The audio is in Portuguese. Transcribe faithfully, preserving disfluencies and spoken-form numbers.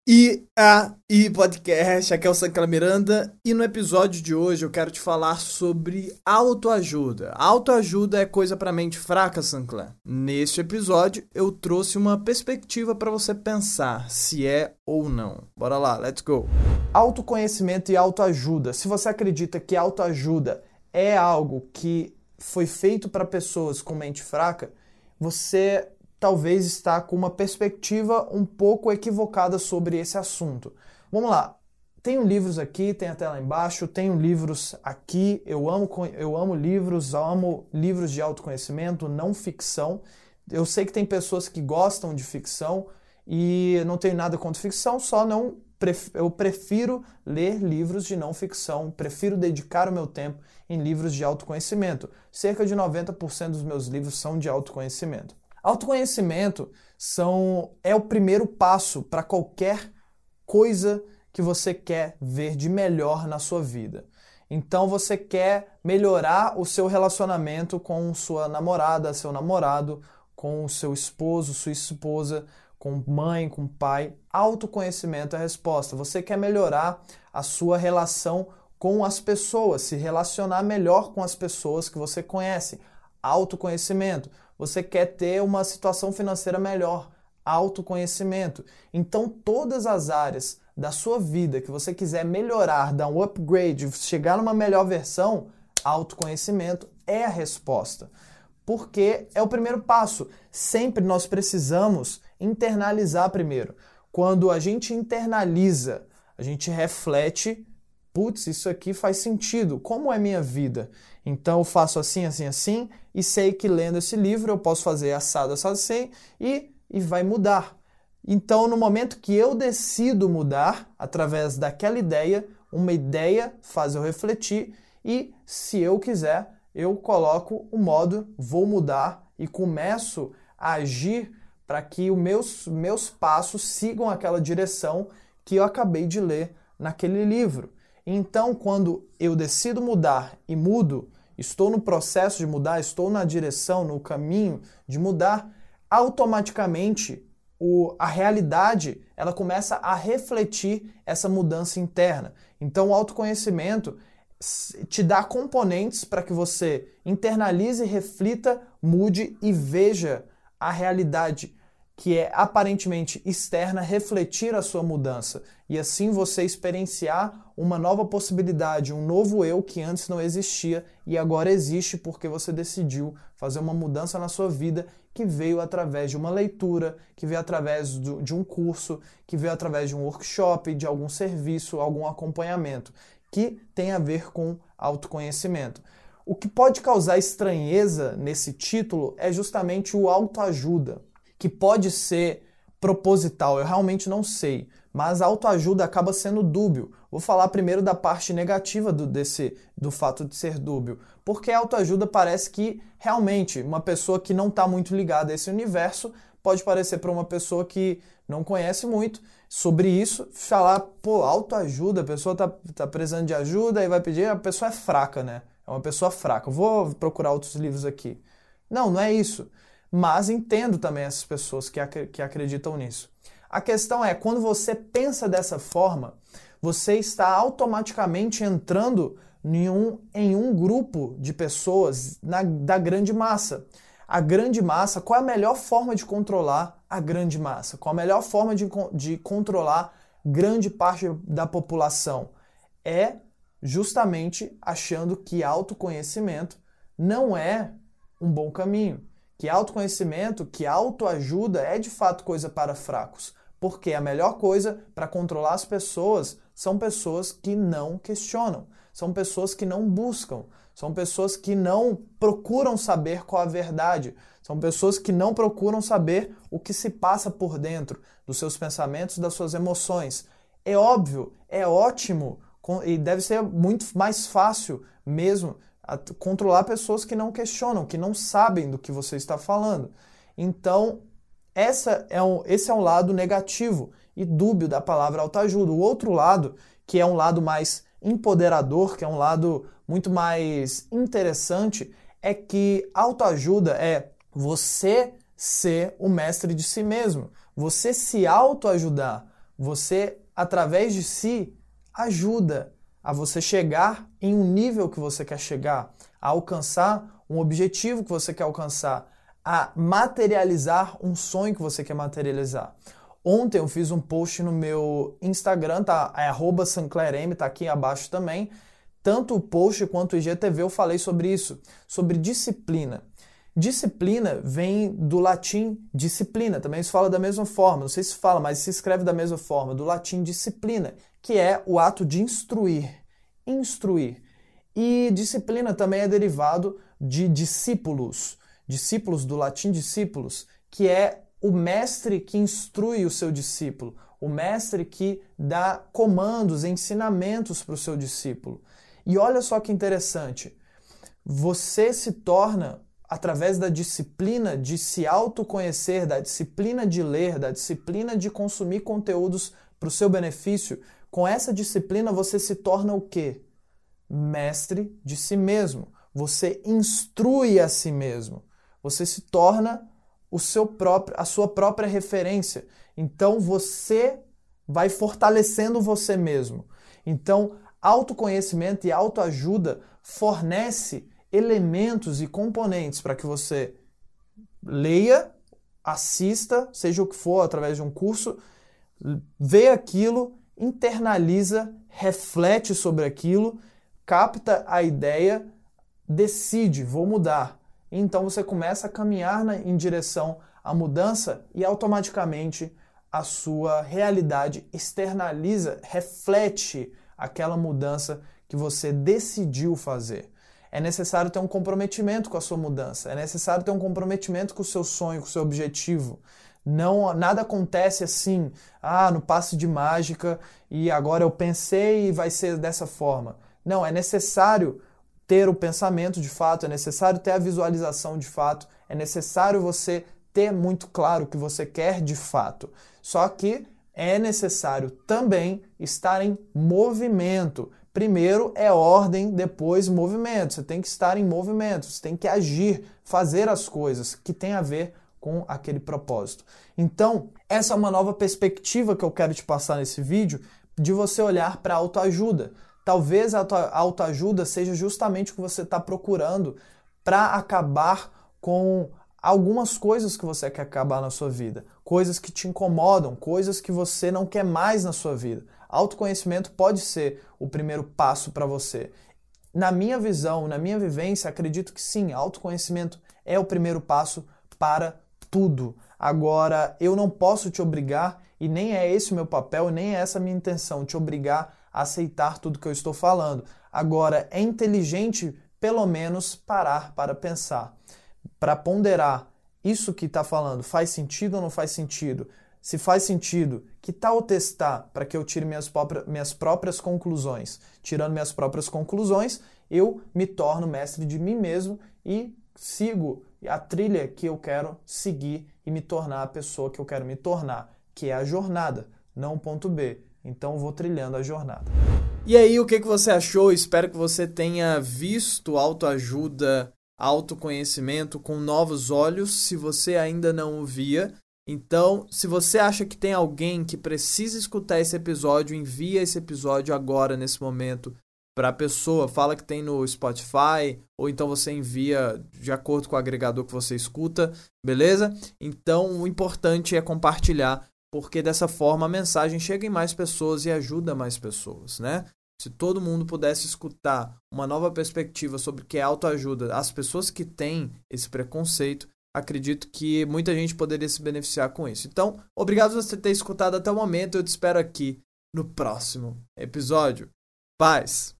E aí, podcast, aqui é o Sancla Miranda e no episódio de hoje eu quero te falar sobre autoajuda. Autoajuda é coisa pra mente fraca, Sancla? Neste episódio eu trouxe uma perspectiva para você pensar se é ou não. Bora lá, let's go! Autoconhecimento e autoajuda. Se você acredita que autoajuda é algo que foi feito para pessoas com mente fraca, você talvez está com uma perspectiva um pouco equivocada sobre esse assunto. Vamos lá, tenho livros aqui, tem até lá embaixo, tenho livros aqui, eu amo, eu amo livros, amo livros de autoconhecimento, não ficção. Eu sei que tem pessoas que gostam de ficção e não tenho nada contra ficção, só não eu prefiro ler livros de não ficção, prefiro dedicar o meu tempo em livros de autoconhecimento. Cerca de noventa por cento dos meus livros são de autoconhecimento. Autoconhecimento são, é o primeiro passo para qualquer coisa que você quer ver de melhor na sua vida. Então você quer melhorar o seu relacionamento com sua namorada, seu namorado, com o seu esposo, sua esposa, com mãe, com pai. Autoconhecimento é a resposta. Você quer melhorar a sua relação com as pessoas, se relacionar melhor com as pessoas que você conhece. Autoconhecimento. Você quer ter uma situação financeira melhor, autoconhecimento. Então, todas as áreas da sua vida que você quiser melhorar, dar um upgrade, chegar numa melhor versão, autoconhecimento é a resposta. Porque é o primeiro passo. Sempre nós precisamos internalizar primeiro. Quando a gente internaliza, a gente reflete, putz, isso aqui faz sentido, como é minha vida? Então eu faço assim, assim, assim, e sei que lendo esse livro eu posso fazer assado, assado, assim, e, e vai mudar. Então no momento que eu decido mudar, através daquela ideia, uma ideia faz eu refletir, e se eu quiser, eu coloco o modo, vou mudar, e começo a agir para que os meus, meus passos sigam aquela direção que eu acabei de ler naquele livro. Então, quando eu decido mudar e mudo, estou no processo de mudar, estou na direção, no caminho de mudar, automaticamente o, a realidade ela começa a refletir essa mudança interna. Então, o autoconhecimento te dá componentes para que você internalize, reflita, mude e veja a realidade que é aparentemente externa, refletir a sua mudança e assim você experienciar uma nova possibilidade, um novo eu que antes não existia e agora existe porque você decidiu fazer uma mudança na sua vida que veio através de uma leitura, que veio através do, de um curso, que veio através de um workshop, de algum serviço, algum acompanhamento, que tem a ver com autoconhecimento. O que pode causar estranheza nesse título é justamente o autoajuda, que pode ser proposital, eu realmente não sei, mas a autoajuda acaba sendo dúbio. Vou falar primeiro da parte negativa do, desse, do fato de ser dúbio, porque a autoajuda parece que realmente uma pessoa que não está muito ligada a esse universo pode parecer para uma pessoa que não conhece muito sobre isso, falar, pô, autoajuda, a pessoa está tá precisando de ajuda e vai pedir, a pessoa é fraca, né? É uma pessoa fraca, vou procurar outros livros aqui. Não, não é isso. Mas entendo também essas pessoas que, ac- que acreditam nisso. A questão é, quando você pensa dessa forma, você está automaticamente entrando em um, em um grupo de pessoas na, da grande massa. A grande massa, qual é a melhor forma de controlar a grande massa? Qual a melhor forma de, de controlar grande parte da população? É justamente achando que autoconhecimento não é um bom caminho. Que autoconhecimento, que autoajuda é de fato coisa para fracos. Porque a melhor coisa para controlar as pessoas são pessoas que não questionam, são pessoas que não buscam, são pessoas que não procuram saber qual a verdade, são pessoas que não procuram saber o que se passa por dentro dos seus pensamentos, das suas emoções. É óbvio, é ótimo e deve ser muito mais fácil mesmo a controlar pessoas que não questionam, que não sabem do que você está falando. Então, essa é um, esse é um lado negativo e dúbio da palavra autoajuda. O outro lado, que é um lado mais empoderador, que é um lado muito mais interessante, é que autoajuda é você ser o mestre de si mesmo, você se autoajudar, Você, através de si, ajuda a você chegar em um nível que você quer chegar, a alcançar um objetivo que você quer alcançar, a materializar um sonho que você quer materializar. Ontem eu fiz um post no meu Instagram, tá? É arroba sanclerm, tá aqui abaixo também. Tanto o post quanto o I G T V eu falei sobre isso, sobre disciplina. Disciplina vem do latim disciplina, também se fala da mesma forma, não sei se fala, mas se escreve da mesma forma, do latim disciplina, que é o ato de instruir, instruir. E disciplina também é derivado de discípulos, discípulos do latim discípulos, que é o mestre que instrui o seu discípulo, o mestre que dá comandos, ensinamentos para o seu discípulo. E olha só que interessante, você se torna, através da disciplina de se autoconhecer, da disciplina de ler, da disciplina de consumir conteúdos para o seu benefício, com essa disciplina você se torna o quê? Mestre de si mesmo. Você instrui a si mesmo. Você se torna o seu próprio, a sua própria referência. Então você vai fortalecendo você mesmo. Então, autoconhecimento e autoajuda fornece elementos e componentes para que você leia, assista, seja o que for, através de um curso, vê aquilo, internaliza, reflete sobre aquilo, capta a ideia, decide, vou mudar. Então você começa a caminhar na, em direção à mudança e automaticamente a sua realidade externaliza, reflete aquela mudança que você decidiu fazer. É necessário ter um comprometimento com a sua mudança, é necessário ter um comprometimento com o seu sonho, com o seu objetivo. Não, nada acontece assim, ah, no passe de mágica e agora eu pensei e vai ser dessa forma. Não, é necessário ter o pensamento de fato, é necessário ter a visualização de fato, é necessário você ter muito claro o que você quer de fato. Só que é necessário também estar em movimento. Primeiro é ordem, depois movimento. Você tem que estar em movimento, você tem que agir, fazer as coisas que tem a ver com aquele propósito. Então, essa é uma nova perspectiva que eu quero te passar nesse vídeo, de você olhar para a autoajuda. Talvez a autoajuda seja justamente o que você está procurando para acabar com algumas coisas que você quer acabar na sua vida, coisas que te incomodam, coisas que você não quer mais na sua vida. Autoconhecimento pode ser o primeiro passo para você. Na minha visão, na minha vivência, acredito que sim, autoconhecimento é o primeiro passo para tudo. Agora, eu não posso te obrigar, e nem é esse o meu papel, nem é essa a minha intenção, te obrigar a aceitar tudo que eu estou falando. Agora, é inteligente, pelo menos, parar para pensar, para ponderar isso que está falando, faz sentido ou não faz sentido? Se faz sentido, que tal testar para que eu tire minhas próprias, minhas próprias conclusões? Tirando minhas próprias conclusões, eu me torno mestre de mim mesmo e sigo a trilha que eu quero seguir e me tornar a pessoa que eu quero me tornar, que é a jornada, não o ponto B. Então eu vou trilhando a jornada. E aí, o que que você achou? Espero que você tenha visto autoajuda, autoconhecimento com novos olhos, se você ainda não o via. Então, se você acha que tem alguém que precisa escutar esse episódio, envia esse episódio agora, nesse momento, para a pessoa. Fala que tem no Spotify, ou então você envia de acordo com o agregador que você escuta, beleza? Então, o importante é compartilhar, porque dessa forma a mensagem chega em mais pessoas e ajuda mais pessoas, né? Se todo mundo pudesse escutar uma nova perspectiva sobre o que é autoajuda, as pessoas que têm esse preconceito, acredito que muita gente poderia se beneficiar com isso. Então, obrigado por você ter escutado até o momento. Eu te espero aqui no próximo episódio. Paz!